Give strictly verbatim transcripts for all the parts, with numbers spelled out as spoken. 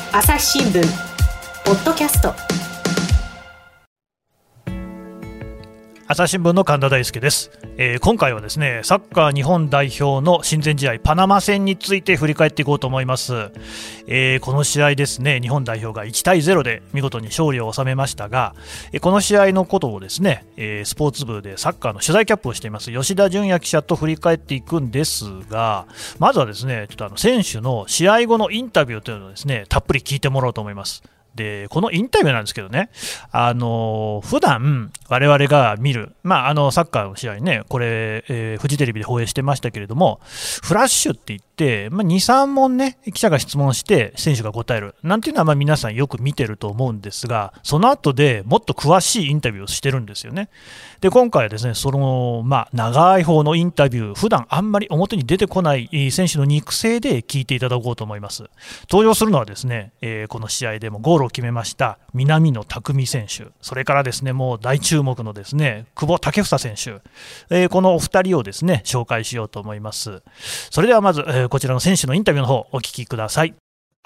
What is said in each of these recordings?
朝日新聞ポッドキャスト。 朝日新聞の神田大輔です、えー、今回はですねサッカー日本代表の親善試合パナマ戦について振り返っていこうと思います、えー、この試合ですね、日本代表がいちたいゼロで見事に勝利を収めましたが、えー、この試合のことをですね、えー、スポーツ部でサッカーの取材キャップをしています吉田純也記者と振り返っていくんですが、まずはですねちょっとあの選手の試合後のインタビューというのをですねたっぷり聞いてもらおうと思います。でこのインタビューなんですけどね、あの普段我々が見る、まあ、あのサッカーの試合ね、これ、えー、フジテレビで放映してましたけれども、フラッシュって言って、まあ、にさんもんね記者が質問して選手が答えるなんていうのはまあ皆さんよく見てると思うんですが、その後でもっと詳しいインタビューをしてるんですよね。で今回はですねその、まあ、長い方のインタビュー、普段あんまり表に出てこない選手の肉声で聞いていただこうと思います。登場するのはですね、えー、この試合でもゴールを決めました南野拓実選手、それからですねもう大注目のですね久保建英選手、えー、このお二人をですね紹介しようと思います。それではまず、えー、こちらの選手のインタビューの方お聞きください。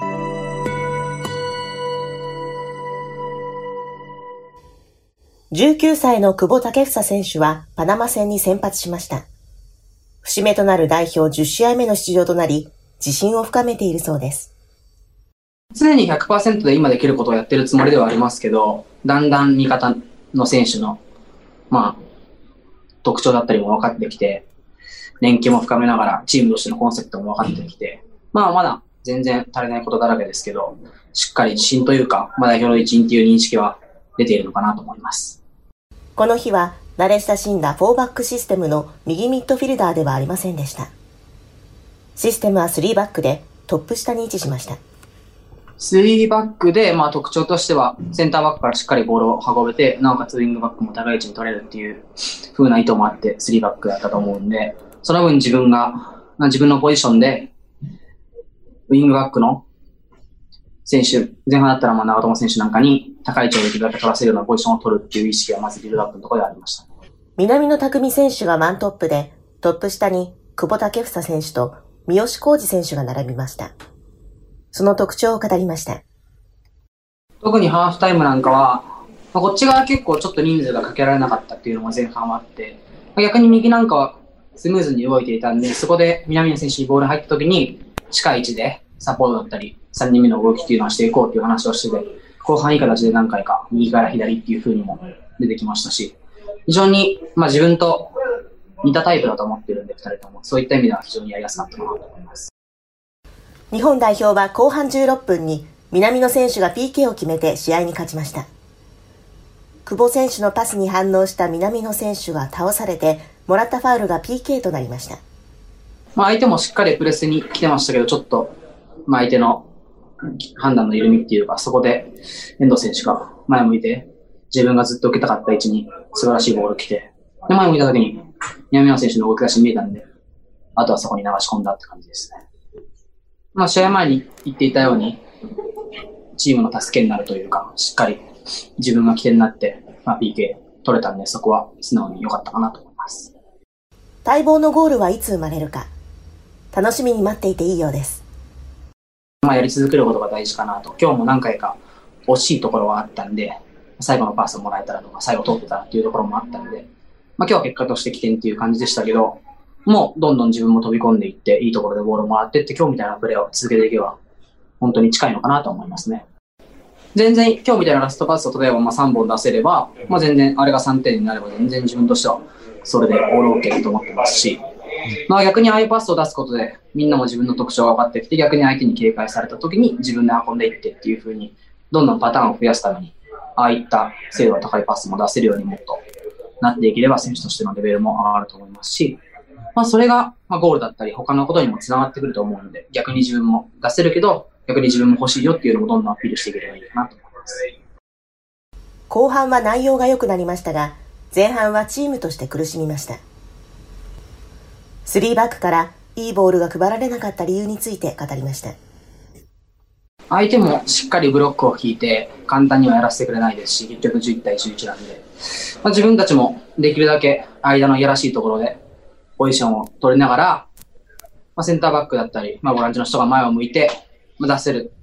じゅうきゅうさいの久保建英選手はパナマ戦に先発しました。節目となる代表じゅっしあいめの出場となり、自信を深めているそうです。 常に ひゃくパーセント で今できることをやってるつもりではありますけど、だんだん味方の選手の、まあ、特徴だったりも分かってきて、連携も深めながらチームとしてのコンセプトも分かってきて、まあまだ全然足りないことだらけですけど、しっかり自信というか、まあ、代表の一員という認識は出ているのかなと思います。 この日は慣れ親しんだフォーバックシステムの右ミッドフィルダーではありませんでした。システムはスリーバックでトップ下に位置しました。 スリーバックで、まあ特徴としてはセンターバックからしっかりボールを運べて、なおかつウィングバックも高い位置に取れるっていう風な意図もあってスリーバックだったと思うんで、その分自分が、自分のポジションでウィングバックの選手、前半だったらまあ長友選手なんかに高い位置をできるだけ取らせるようなポジションを取るっていう意識がまずビルドアップのところでありました。 南野拓実選手がワントップで、トップ下に久保建英選手と三好康児選手が並びました。その特徴を語りました。 特にハーフタイムなんかは、まあ、こっち側結構ちょっと人数がかけられなかったっていうのも前半はあって、まあ、逆に右なんかはスムーズに動いていたんで、そこで南野選手にボール入った時に近い位置でサポートだったりさんにんめの動きっていうのをしていこうっていう話をしてて、後半いい形で何回か右から左っていう風にも出てきましたし、非常にまあ自分と似たタイプだと思ってるんでふたりとも、そういった意味では非常にやりやすかったかなと思います。 日本代表は後半じゅうろっぷんに南野選手が ピーケー を決めて試合に勝ちました。久保選手のパスに反応した南野選手が倒されて、もらったファウルが ピーケー となりました。 まあ、相手もしっかりプレスに来てましたけど、ちょっと、まあ、相手の判断の緩みっていうか、そこで遠藤選手が前を向いて、自分がずっと受けたかった位置に素晴らしいボール来て、で前を向いた時に南野選手の動き出し見えたんで、あとはそこに流し込んだって感じですね。まあ、試合前に言っていたように、チームの助けになるというか、しっかり自分が起点になって、まあ、ピーケー 取れたんで、そこは素直に良かったかなと思います。 待望のゴールはいつ生まれるか、楽しみに待っていていいようです。 まあ、やり続けることが大事かなと。今日も何回か惜しいところはあったんで、最後のパスをもらえたらとか、最後通ってたっていうところもあったんで、まあ、今日は結果として起点っていう感じでしたけど、もうどんどん自分も飛び込んでいって、いいところでボールをもらってって、今日みたいなプレーを続けていけば、本当に近いのかなと思いますね。全然今日みたいなラストパスを例えばまあさんぼん出せれば、まあ、全然あれがさんてんになれば全然自分としてはそれでオール OK と思ってますし、まあ、逆にああいうパスを出すことでみんなも自分の特徴が分かってきて、逆に相手に警戒された時に自分で運んでいってっていう風にどんどんパターンを増やすために、ああいった精度が高いパスも出せるようにもっとなっていければ選手としてのレベルも上がると思いますし、まあ、それがまあゴールだったり他のことにもつながってくると思うので、逆に自分も出せるけど逆に自分も欲しいよっていうのもどんどんアピールしていければいいかなと思います。 後半は内容が良くなりましたが、前半はチームとして苦しみました。スリーバックからいいボールが配られなかった理由について語りました。 相手もしっかりブロックを引いて簡単にはやらせてくれないですし、結局じゅういちたいじゅういちなんで、まあ、自分たちもできるだけ間のいやらしいところでポジションを取りながら、まあ、センターバックだったり、まあ、ボランチの人が前を向いて出せる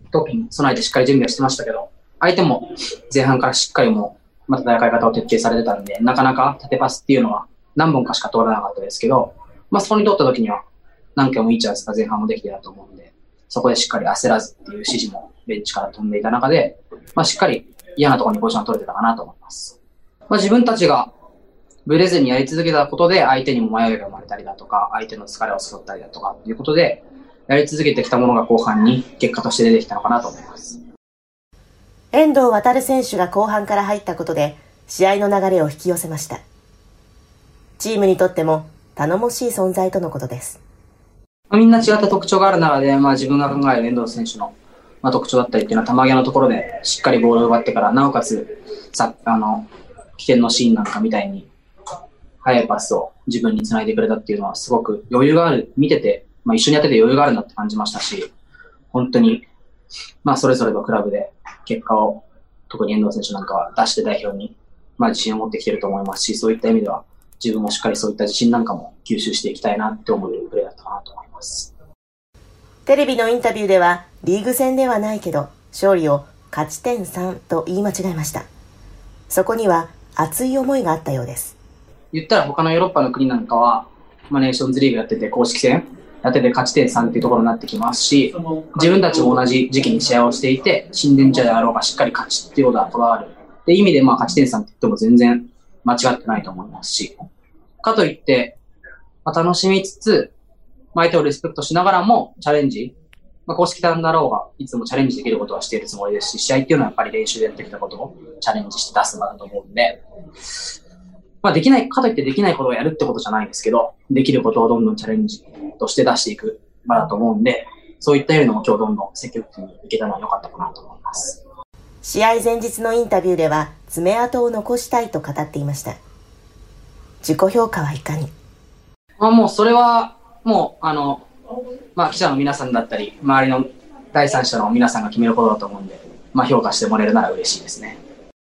時に備えてしっかり準備はしてましたけど、相手も前半からしっかりもう、また戦い方を徹底されてたんで、なかなか縦パスっていうのは何本かしか通らなかったですけど、まあそこに通った時には何回もいいチャンスが前半もできてたと思うんで、そこでしっかり焦らずっていう指示もベンチから飛んでいた中で、まあしっかり嫌なところにポジションを取れてたかなと思います。まあ自分たちがブレずにやり続けたことで相手にも迷いが生まれたりだとか、相手の疲れを誘ったりだとかっていうことで、やり続けてきたものが後半に結果として出てきたのかなと思います。 遠藤航選手が後半から入ったことで試合の流れを引き寄せました。チームにとっても頼もしい存在とのことです。 みんな違った特徴がある中で、まあ、自分が考える遠藤選手の、まあ、特徴だったりっていうのは、球際のところでしっかりボールを奪ってから、なおかつさあの危険のシーンなんかみたいに速いパスを自分につないでくれたっていうのはすごく余裕がある、見てて、まあ、一緒にやってて余裕があるなって感じましたし、本当に、まあ、それぞれのクラブで結果を特に遠藤選手なんかは出して代表に、まあ、自信を持ってきてると思いますし、そういった意味では自分もしっかりそういった自信なんかも吸収していきたいなって思うプレーだったかなと思います。 テレビのインタビューではリーグ戦ではないけど勝利を勝ち点さんと言い間違えました。そこには熱い思いがあったようです。 言ったら他のヨーロッパの国なんかは、まあ、ネーションズリーグやってて公式戦やってて勝ち点さんっていうところになってきますし、自分たちも同じ時期に試合をしていて、親善試合であろうがしっかり勝ちっていうことがこだわるって意味で、まあ勝ち点さんって言っても全然間違ってないと思いますし、かといって、まあ、楽しみつつ、まあ、相手をリスペクトしながらもチャレンジ、まあ、公式戦だろうがいつもチャレンジできることはしているつもりですし、試合っていうのはやっぱり練習でやってきたことをチャレンジして出すんだと思うんで、まあできない、かといってできないことをやるってことじゃないんですけど、できることをどんどんチャレンジとして出していく場だと思うんで、そういった意味でも今日どんどん積極的にいけたのは良かったかなと思います。 試合前日のインタビューでは爪痕を残したいと語っていました。自己評価はいかに？ まあもうそれはもうあの、まあ記者の皆さんだったり、周りの第三者の皆さんが決めることだと思うんで、まあ評価してもらえるなら嬉しいですね。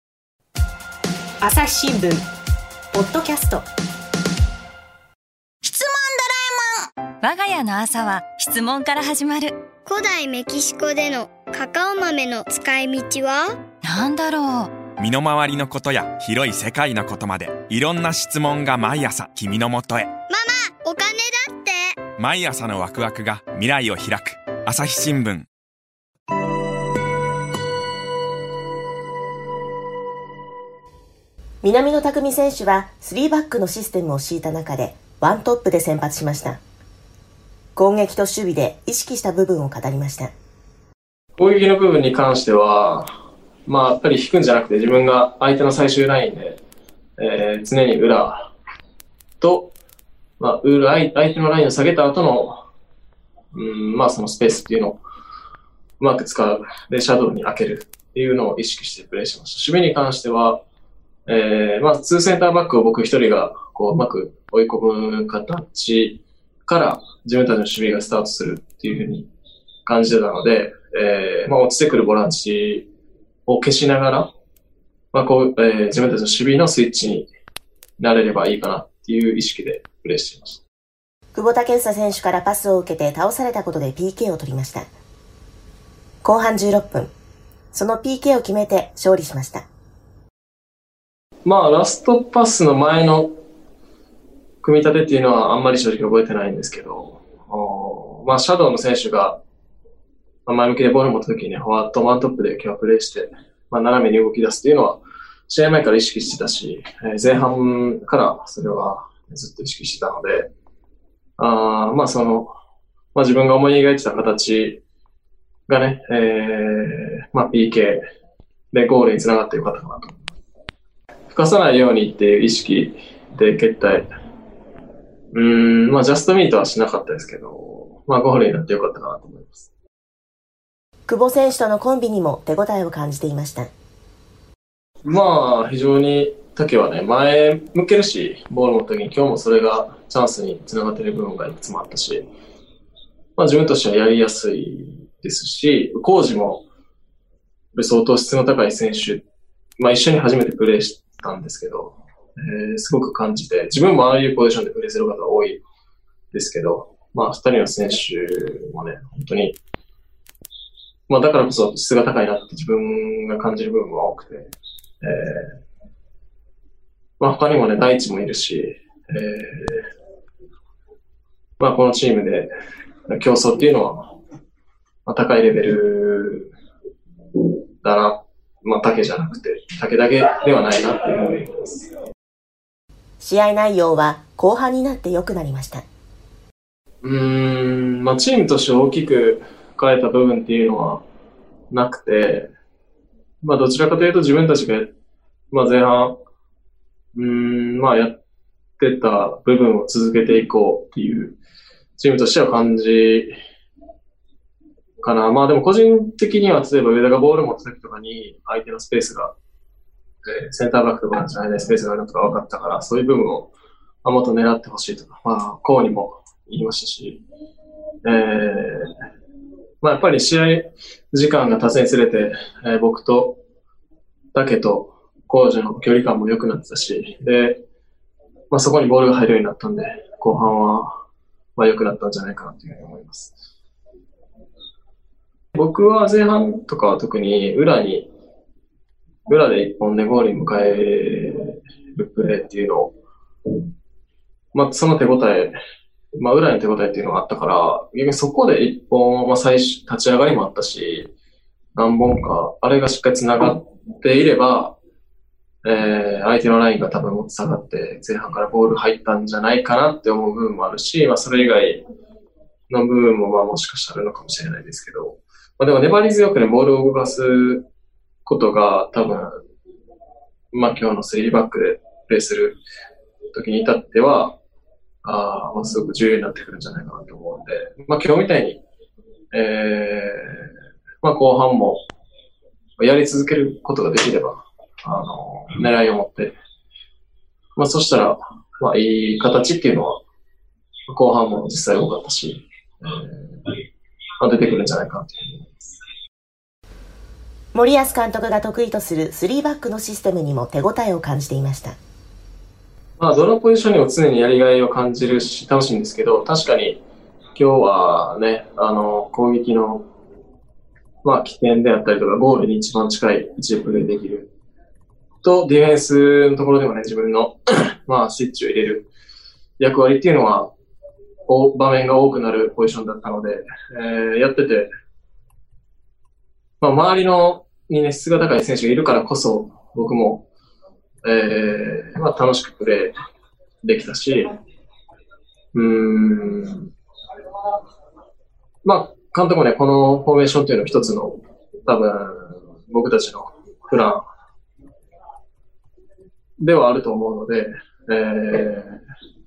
朝日新聞ポッドキャスト。 質問ドラえもん。我が家の朝は質問から始まる。 古代メキシコでのカカオ豆の使い道は？ なんだろう。 身の回りのことや広い世界のことまでいろんな質問が毎朝君のもとへ。 ママ、お金だって。 毎朝のワクワクが未来を開く。朝日新聞。 南野拓実選手はスリーバックのシステムを敷いた中でワントップで先発しました。攻撃と守備で意識した部分を語りました。 攻撃の部分に関しては、まあやっぱり引くんじゃなくて自分が相手の最終ラインで、えー、常に裏と、まあ、裏相手のラインを下げた後の、うん、まあそのスペースっていうのをうまく使う。で、シャドウに開けるっていうのを意識してプレーしました。守備に関しては、えー、まあツーセンターバックを僕一人がこううまく追い込む形から自分たちの守備がスタートするっていうふうに感じてたので、えー、まあ落ちてくるボランチを消しながら、まあこう、えー、自分たちの守備のスイッチになれればいいかなっていう意識でプレーしていました。 久保建英選手からパスを受けて倒されたことで ピーケー を取りました。後半じゅうろっぷん、その ピーケー を決めて勝利しました。 まあラストパスの前の組み立てっていうのはあんまり正直覚えてないんですけど、まあシャドウの選手が前向きでボールを持った時にね、フォワードワントップで今日はプレーして、まあ斜めに動き出すっていうのは試合前から意識してたし、前半からそれはずっと意識してたので、あまあその、まあ自分が思い描いてた形がね、えー、まあ ピーケー でゴールにつながってよかったかなと。吹かさないようにっていう意識で決体。うーん、まあジャストミートはしなかったですけど、まあゴールになってよかったかなと思います。 久保選手とのコンビにも手応えを感じていました。 まあ非常に竹はね、前向けるし、ボール持った時に今日もそれがチャンスにつながっている部分がいくつもあったし、まあ自分としてはやりやすいですし、コージも相当質の高い選手、まあ一緒に初めてプレーしたんですけど、えー、すごく感じて、自分もああいうポジションでプレーする方が多いですけど、まあ二人の選手もね、本当に、 まあだからこそ質が高いなって自分が感じる部分は多くて、えー、まあ他にもね、大地もいるし、えー、まあこのチームで競争っていうのは、まあ、高いレベルだな。まあ竹じゃなくて、竹だけではないなっていうふうに思います。 試合内容は後半になって良くなりました。 うーん、まあチームとして大きく変えた部分っていうのはなくて、まあどちらかというと自分たちが、まあ前半、うーん、まあやってた部分を続けていこうっていうチームとしては感じかな。まあでも個人的には例えば上田がボール持った時とかに相手のスペースが、えー、センターバックとかじゃないね、スペースがあるのとか分かったから、そういう部分を、まあ、もっと狙ってほしいとか、まあ、こうにも言いましたし、えー、まあやっぱり試合時間が経つにつれて、えー、僕と竹とコージの距離感も良くなってたし、で、まあそこにボールが入るようになったんで、後半は、まあ良くなったんじゃないかなというふうに思います。僕は前半とかは特に裏に、裏で一本でゴールに迎えるプレーっていうのを、まあその手応え、まあ裏に手応えっていうのがあったから、逆にそこで一本、まあ最初、立ち上がりもあったし、何本か、あれがしっかり繋がっていれば、えー、相手のラインが多分もっと下がって前半からボール入ったんじゃないかなって思う部分もあるし、まあそれ以外の部分もまあもしかしたらあるのかもしれないですけど、まあ、でも粘り強くね、ボールを動かすことが多分、まあ今日のスリーバックでプレーする時に至っては、ああ、まあすごく重要になってくるんじゃないかなと思うんで、まあ今日みたいに、えー、まあ後半もやり続けることができれば、あの、狙いを持って、まあそしたら、まあいい形っていうのは、後半も実際多かったし、えーまあ、出てくるんじゃないかなというふうに思います。 森保監督が得意とするスリーバックのシステムにも手応えを感じていました。 まあどのポジションにも常にやりがいを感じるし楽しいんですけど、確かに今日はね、あの攻撃のまあ起点であったりとかゴールに一番近い位置でプレーできると、ディフェンスのところでもね、自分のまあスイッチを入れる役割っていうのは場面が多くなるポジションだったので、えー、やってて、まあ、周りのにね、質が高い選手がいるからこそ、僕も、えー、まあ、楽しくプレーできたし、うーん、まあ、監督もね、このフォーメーションというのは一つの、多分、僕たちのプランではあると思うので、えー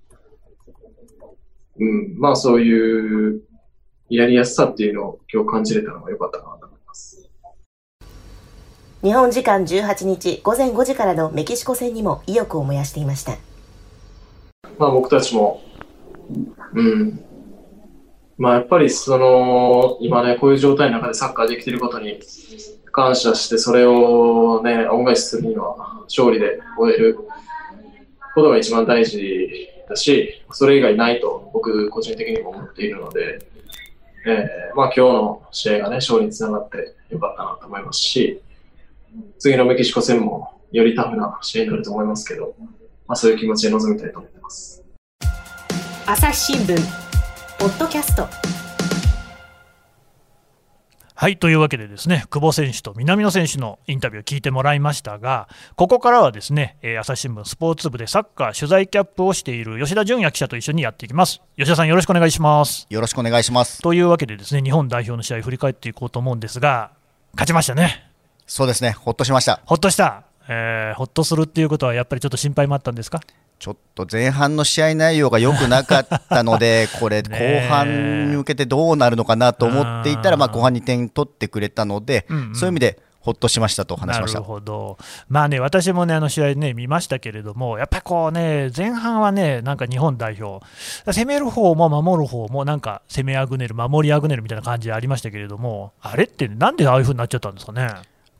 うん、まあそういうやりやすさっていうのを今日感じれたのが良かったかなと思います。 日本時間じゅうはちにちごぜんごじからのメキシコ戦にも意欲を燃やしていました。 まあ僕たちも、うん、まあやっぱりその今ねこういう状態の中でサッカーできていることに感謝して、それをね恩返しするには勝利で終えることが一番大事だし、それ以外ないと僕個人的にも思っているので、えー、まあ今日の試合がね勝利につながってよかったなと思いますし、次のメキシコ戦もよりタフな試合になると思いますけど、まあそういう気持ちで臨みたいと思ってます。 朝日新聞ポッドキャスト。 はい、というわけでですね、久保選手と南野選手のインタビューを聞いてもらいましたが、ここからはですね、えー、朝日新聞スポーツ部でサッカー取材キャップをしている吉田純也記者と一緒にやっていきます。吉田さん、よろしくお願いします。 よろしくお願いします。 というわけでですね、日本代表の試合を振り返っていこうと思うんですが、勝ちましたね。 そうですね、ほっとしました。 ほっとした、えー、ほっとするっていうことはやっぱりちょっと心配もあったんですか？ ちょっと前半の試合内容が良くなかったのでこれ後半に向けてどうなるのかなと思っていたら、まあ後半にてん取ってくれたので、うんうん、そういう意味でほっとしましたと話しました。 なるほど。まあね、私もねあの試合ね見ましたけれども、やっぱりこうね前半はねなんか日本代表攻める方も守る方もなんか攻めあぐねる守りあぐねるみたいな感じでありましたけれども、あれってなんでああいう風になっちゃったんですかね。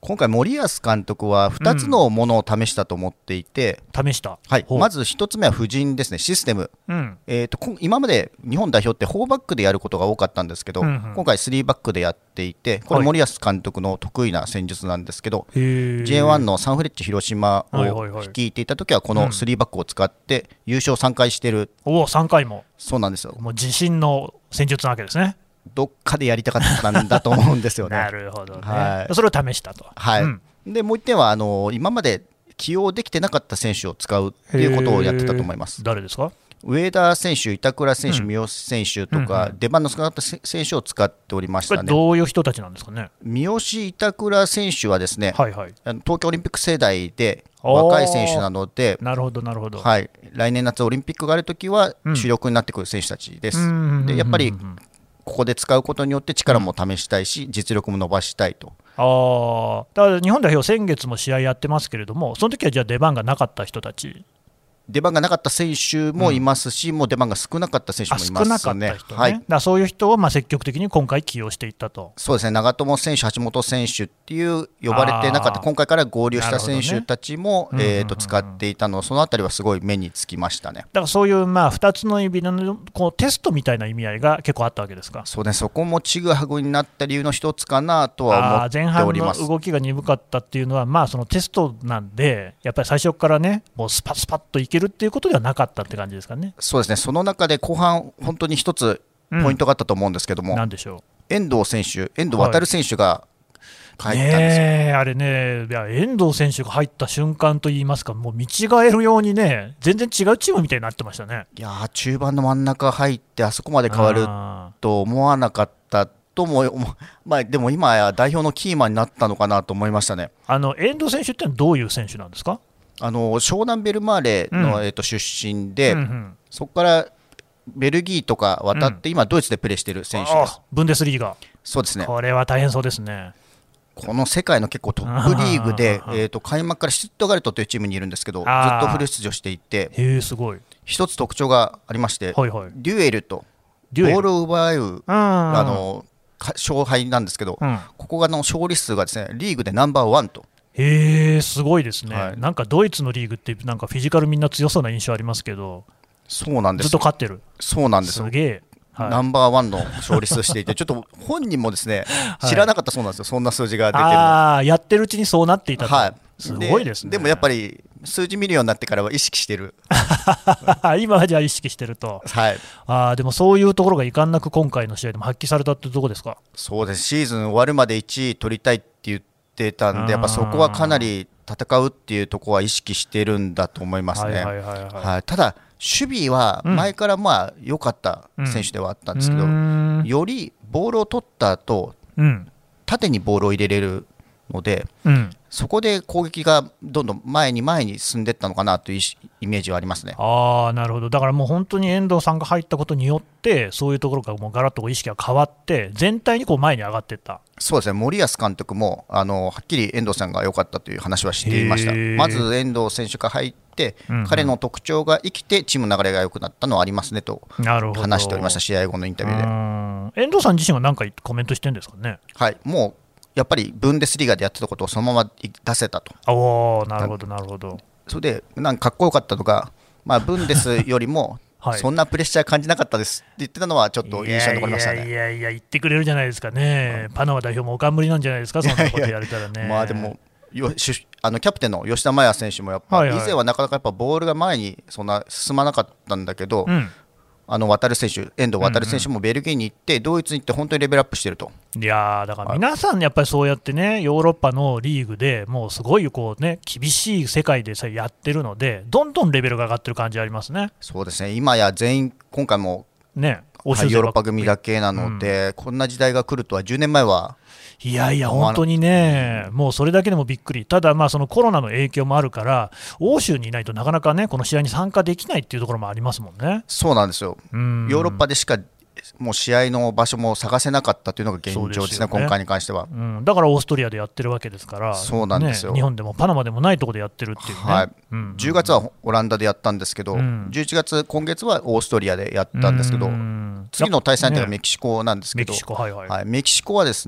今回、森保監督はふたつのものを試したと思っていて、 うん、試した、 はい、まずひとつめは布陣ですね、システム、うんえー、と今まで日本代表ってフォーバックでやることが多かったんですけど、うんうん、今回スリーバックでやっていて、これ森保監督の得意な戦術なんですけど、はい、ジェイワン のサンフレッチェ広島を率いていたときはこのスリーバックを使って優勝さんかいしてる、 うん、おおさんかいもそうなんですよ。 もう自信の戦術なわけですね。 どっかでやりたかったんだと思うんですよね。 なるほどね、 はい、 それを試したと。 はい、うんでもう一点はあの今まで起用できてなかった選手を使うということをやってたと思います。 誰ですか？ 上田選手、板倉選手、うん、三好選手とか、うんうん、出番の少なかった選手を使っておりましたね。 これどういう人たちなんですかね？ 三好、板倉選手はですね、 はいはい、 あの東京オリンピック世代で若い選手なので、 なるほどなるほど、 はい、来年夏オリンピックがあるときは主力になってくる選手たちです。うん、でやっぱりここで使うことによって力も試したいし、うん、実力も伸ばしたいと。 あだから日本代表、先月も試合やってますけれども、その時はじゃあ出番がなかった人たち、 出番がなかった選手もいますし、うん、もう出番が少なかった選手もいますね。 少なかった人ね、はい、だからそういう人をまあ積極的に今回起用していったと。 そうですね、長友選手、橋本選手っていう呼ばれてなかった、今回から合流した選手たちも、ねえー、と使っていたの、そのあたりはすごい目につきましたね。 だからそういうまあふたつの意味のこうテストみたいな意味合いが結構あったわけですか？ そうね、そこもちぐはぐになった理由の一つかなとは思っております。 前半の動きが鈍かったっていうのは、まあそのテストなんで、やっぱり最初からね、もうスパスパッといけるっていうことではなかったって感じですかね。 そうですね、その中で後半、本当に一つポイントがあったと思うんですけども、 うん、何でしょう。 遠藤選手、遠藤航選手が入ったんですよ、 ね、あれね、いや遠藤選手が入った瞬間といいますか、もう見違えるようにね、全然違うチームみたいになってましたね。 いや中盤の真ん中入って、あそこまで変わると思わなかったとも、まあ、でも今や代表のキーマンになったのかなと思いましたね。 あの遠藤選手ってのはどういう選手なんですか？ あの湘南ベルマーレの、うんえー、と出身で、うんうん、そこからベルギーとか渡って、うん、今、ドイツでプレーしている選手です。 ブンデスリーガ。 そうですね。 これは大変そうですね。 この世界の結構トップリーグで、えー、と開幕からシュットガルトというチームにいるんですけど、ずっとフル出場していて、 へすごい。 一つ特徴がありまして、はいはい、デュエルとボールを奪うあの勝敗なんですけど、うん、ここがの勝利数がですね、リーグでナンバーワンと。 へーすごいですね、はい、なんかドイツのリーグってなんかフィジカルみんな強そうな印象ありますけど、 そうなんです、 ずっと勝ってる。 そうなんですよ、 すげえ、 はい、ナンバーワンの勝利数していてちょっと本人もですね知らなかったそうなんですよ、そんな数字が出てるの。 あやってるうちにそうなっていたと、 はい、 すごいですね。 で、でもやっぱり数字見るようになってからは意識してる今はじゃあ意識してると、 はい、 あでもそういうところがいかんなく今回の試合でも発揮されたってところですか？ そうです、シーズン終わるまでいちい取りたいって言ってたんで、やっぱそこはかなり戦うっていうところは意識してるんだと思いますね。ただ守備は前からまあ良かった選手ではあったんですけど、うん、よりボールを取った後、うん、縦にボールを入れれるので、うん、そこで攻撃がどんどん前に前に進んでいったのかなというイメージはありますね。 あなるほど。だからもう本当に遠藤さんが入ったことによってそういうところがもうガラッとこう意識が変わって全体にこう前に上がっていった。 そうですね、森保監督もあのはっきり遠藤さんが良かったという話はしていました。まず遠藤選手が入って、うんうん、彼の特徴が生きてチームの流れが良くなったのはありますねと話しておりました、試合後のインタビューで。遠藤さん自身は何かコメントしてるんですかね？ はい、もうやっぱりブンデスリーガでやってたことをそのまま出せたと。 おなるほどなるほど。 それでなんかかっこよかったのが、まあ、ブンデスよりもそんなプレッシャー感じなかったですって言ってたのはちょっと印象に残りましたね。 いやいやいや言ってくれるじゃないですかね、うん、パナマ代表もおかんむりなんじゃないですか、そんなことやれたらね。 まあでもよあのキャプテンの吉田麻也選手もやっぱ、はいはい、以前はなかなかやっぱボールが前にそんな進まなかったんだけど、うんあの渡選手、遠藤航選手もベルギーに行って、うんうん、ドイツに行って本当にレベルアップしてると。 いやだから皆さんやっぱりそうやってね、ヨーロッパのリーグでもうすごいこうね厳しい世界でさやってるので、どんどんレベルが上がってる感じありますね。 そうですね、今や全員今回もね、はい、ヨーロッパ組だけなので、うん、こんな時代が来るとはじゅうねんまえはいやいや本当にね、もうそれだけでもびっくり。ただまあそのコロナの影響もあるから欧州にいないとなかなかねこの試合に参加できないっていうところもありますもんね。 そうなんですよ、ヨーロッパでしかもう試合の場所も探せなかったというのが現状ですね、今回に関しては、 うん、だからオーストリアでやってるわけですから。 そうなんですよ、 ね、日本でもパナマでもないところでやってるっていうね、 はいうんうん、じゅうがつはオランダでやったんですけど、うん、じゅういちがつ今月はオーストリアでやったんですけど、次の対戦相手がメキシコなんですけど、 メキシコ、はいはいはい、メキシコはですね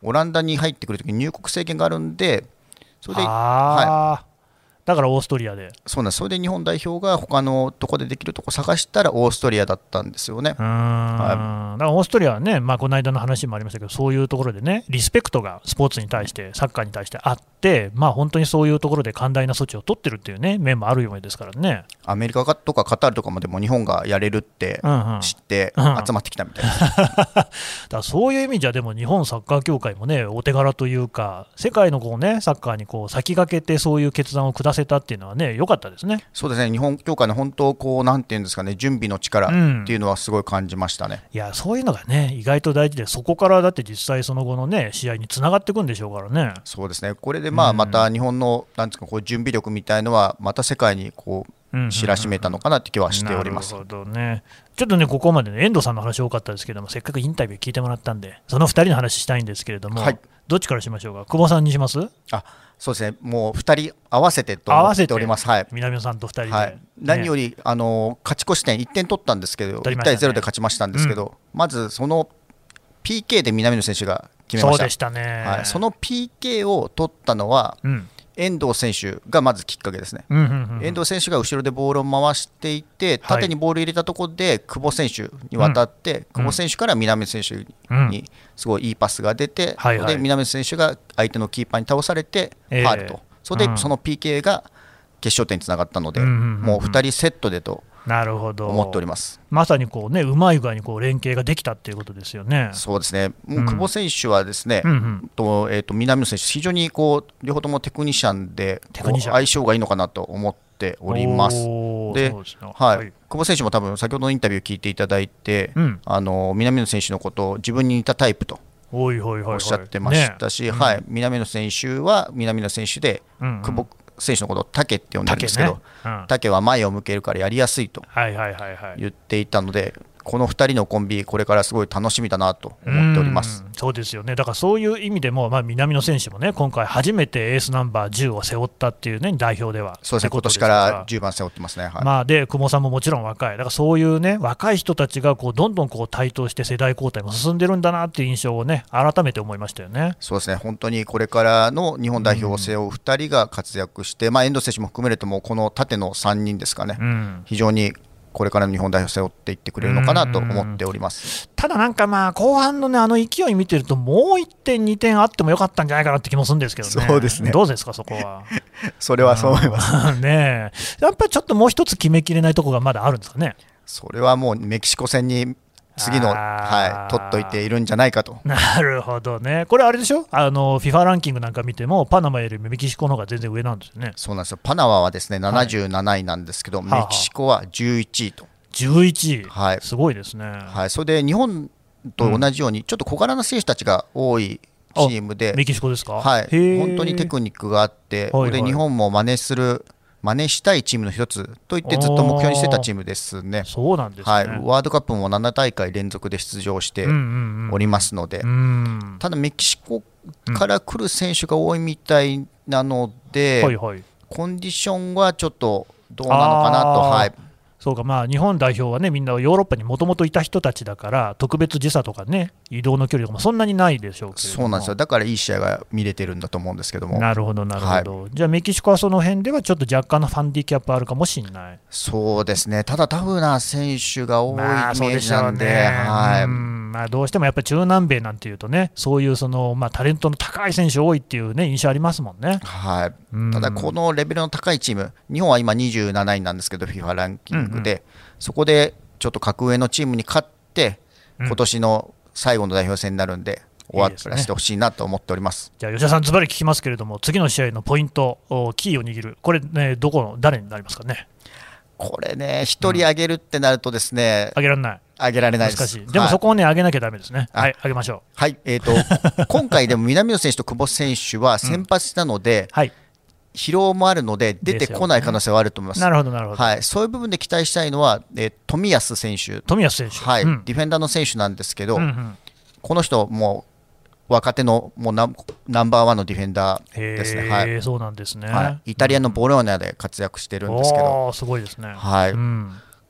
オランダに入ってくるときに入国制限があるんで、それで、 あ、 はい、 だからオーストリアで。 そうなんです。それで日本代表が他のとこでできるとこ探したらオーストリアだったんですよね。 うーん、はい、だからオーストリアはね、まあ、この間の話もありましたけど、そういうところでね、リスペクトがスポーツに対して、サッカーに対してあって、まあ、本当にそういうところで寛大な措置を取ってるっていうね、面もあるようですからね。 アメリカとかカタールとかもでも日本がやれるって知って集まってきたみたいな、うんうん、 だからそういう意味じゃ、でも日本サッカー協会もね、お手柄というか、世界のこう、ね、サッカーにこう先駆けて、そういう決断を下せたっていうのはね、良かったですね。 そうですね、日本協会の本当こう、なんていうんですかね、準備の力っていうのはすごい感じましたね、 うん、いや、そういうのがね、意外と大事で、そこからだって実際、その後の、ね、試合につながっていくんでしょうからね。 そうですね、これでまあまた日本の、なんですか、こう準備力みたいのは、また世界にこう知らしめたのかなって気はしております。 なるほどね。ちょっとね、ここまで、ね、遠藤さんの話多かったですけども、せっかくインタビュー聞いてもらったんで、そのふたりの話したいんですけれども、はい、どっちからしましょうか。久保さんにします？ あ、そうですね、もうふたり合わせてと思っております。はい、 南野さんとふたりで、 はい、何より、ね、あの勝ち越し点いってん取ったんですけど、ね、いちたいゼロで勝ちましたんですけど、うん、まずその ピーケー で南野選手が決めました。 そうでしたね、 はい、その ピーケー を取ったのは、うん、遠藤選手がまずきっかけですね、うんうんうんうん、遠藤選手が後ろでボールを回していて、縦にボール入れたところで久保選手に渡って、うん、久保選手から南野選手にすごいいいパスが出て、うん、はいはい、で南野選手が相手のキーパーに倒されてファールと、えー、それでその ピーケー が決勝点につながったので、うんうんうんうん、もうふたりセットでと思っております。 まさにこう、ね、うまい具合にこう連携ができたということですよね。 そうですね、もう久保選手はですね、うんうんとえー、と南野選手、非常にこう両方ともテクニシャンで相性がいいのかなと思っております。で、はい、久保選手も多分先ほどのインタビューを聞いていただいて、うん、あの南野選手のことを自分に似たタイプとおっしゃってましたし、ね、はい、うん、南野選手は南野選手で、うんうん、久保選手のことをタケって呼んでるんですけど、タケ、ね、うん、は前を向けるからやりやすいと言っていたので、このふたりのコンビ、これからすごい楽しみだなと思っております。 そうですよね。だからそういう意味でも、まあ、南野選手もね、今回初めてエースナンバーじゅうを背負ったっていうね、代表では。 そうですね、今年からじゅうばん背負ってますね。はい、 まあ、で久保さんももちろん若い、だからそういうね、若い人たちがこうどんどんこう台頭して世代交代も進んでるんだなっていう印象をね、改めて思いましたよね。 そうですね、本当にこれからの日本代表を背負うふたりが活躍して、まあ、遠藤選手も含めるともうこの縦のさんにんですかね、うん、非常にこれからの日本代表を背負っていってくれるのかなと思っております。 ただなんかまあ後半のね、あの勢い見てるともういってんにてんあってもよかったんじゃないかなって気もするんですけどね。 そうですね、 どうですかそこは。 それはそう思いますね。やっぱりちょっともう一つ決めきれないところがまだあるんですかね。 それはもうメキシコ戦に次の、はい、取っといているんじゃないかと。 なるほどね。これあれでしょ、あの フィファ ランキングなんか見てもパナマよりメキシコの方が全然上なんですよね。 そうなんですよ。パナマはですねななじゅうなないなんですけど、はい、メキシコはじゅういちいと。 じゅういちい、はい、すごいですね。 はい、それで日本と同じように、うん、ちょっと小柄な選手たちが多いチームで、 メキシコですか。 はい、本当にテクニックがあって、はいはい、で日本も真似する真似したいチームの一つと言ってずっと目標にしてたチームですね。 そうなんですね。 はい、ワールドカップもななだいかい連続で出場しておりますので、うんうんうん、ただメキシコから来る選手が多いみたいなので、うん、はいはい、コンディションはちょっとどうなのかなと。はい、 そうか、まあ、日本代表はね、みんなヨーロッパにもともといた人たちだから、特別時差とかね、移動の距離とかもそんなにないでしょうけど。 そうなんですよ。だからいい試合が見れてるんだと思うんですけども。 なるほど、なるほど。はい、じゃあ、メキシコはその辺ではちょっと若干のファンディキャップあるかもしれない。 そうですね、ただ、タフな選手が多いイメージなんで、はい、うん、 まあ、どうしてもやっぱり中南米なんていうとね、そういうその、まあ、タレントの高い選手多いっていう、ね、印象ありますもんね。 はい、ただ、このレベルの高いチーム、日本は今にじゅうなないなんですけど、フィファ ランキングで。うんうん、そこでちょっと格上のチームに勝って、今年の最後の代表戦になるんで、終わらせてほしいなと思っております。 いいですね。じゃあ吉田さん、ズバリ聞きますけれども、次の試合のポイント、キーを握る、これ、ね、どこの誰になりますかね。 これね、ひとり上げるってなるとですね、 うん、上げられない、 上げられないです。 難しい。でもそこをね、はい、上げなきゃだめですね。はい、上げましょう。 はい、えーと今回でも南野選手と久保選手は先発なので、うん、はい、疲労もあるので出てこない可能性はあると思います。 なるほどなるほど。 はい、そういう部分で期待したいのは、えー、冨安選手、 冨安選手、 はい、うん、ディフェンダーの選手なんですけど、うんうん、この人もう若手のもう ナ, ナンバーワンのディフェンダーですね。はい、 そうなんですね。 はい、イタリアのボローニャで活躍してるんですけど、 すごいですね。 はい、うん、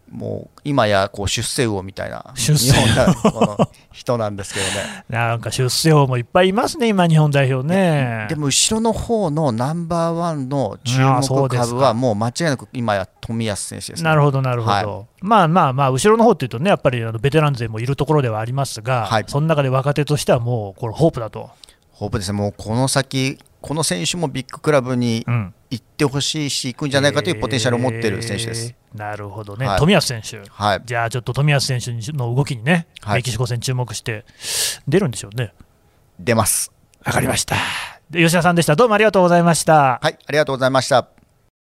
もう今やこう出世魚みたいな出世魚の人なんですけどね。 なんか出世魚もいっぱいいますね、今、日本代表ね。 でも後ろの方のナンバーワンの注目株は、もう間違いなく今や冨安選手ですね。 なるほど、なるほど、はい、まあまあまあ、後ろの方っていうとね、やっぱりあのベテラン勢もいるところではありますが、はい、その中で若手としてはもう、これ、ホープだと。 ホープですね、もうこの先、この選手もビッグクラブに行ってほしいし、行くんじゃないかというポテンシャルを持っている選手です。 えー、なるほどね、はい、冨安選手、はい、じゃあちょっと冨安選手の動きにね、はい、メキシコ戦注目して出るんでしょうね。 出ます。 わかりました。吉田さんでした。どうもありがとうございました。 はい、ありがとうございました。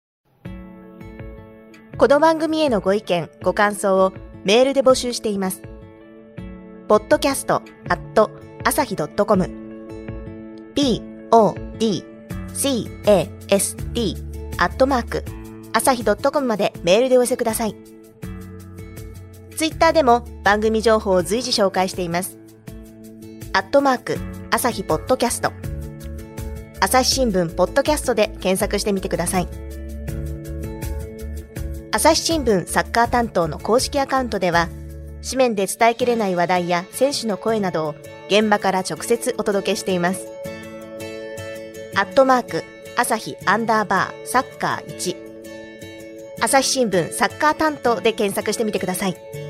この番組へのご意見ご感想をメールで募集しています。ポッドキャストアットアサヒドットコム ピーオーディーシーエーエスティー アットマークアサヒドットコムまでメールでお寄せください。ツイッターでも番組情報を随時紹介しています。アットマークアサヒポッドキャスト、朝日新聞ポッドキャストで検索してみてください。朝日新聞サッカー担当の公式アカウントでは、紙面で伝えきれない話題や選手の声などを現場から直接お届けしています。アットマーク朝日アンダーバーサッカーいち、朝日新聞サッカー担当で検索してみてください。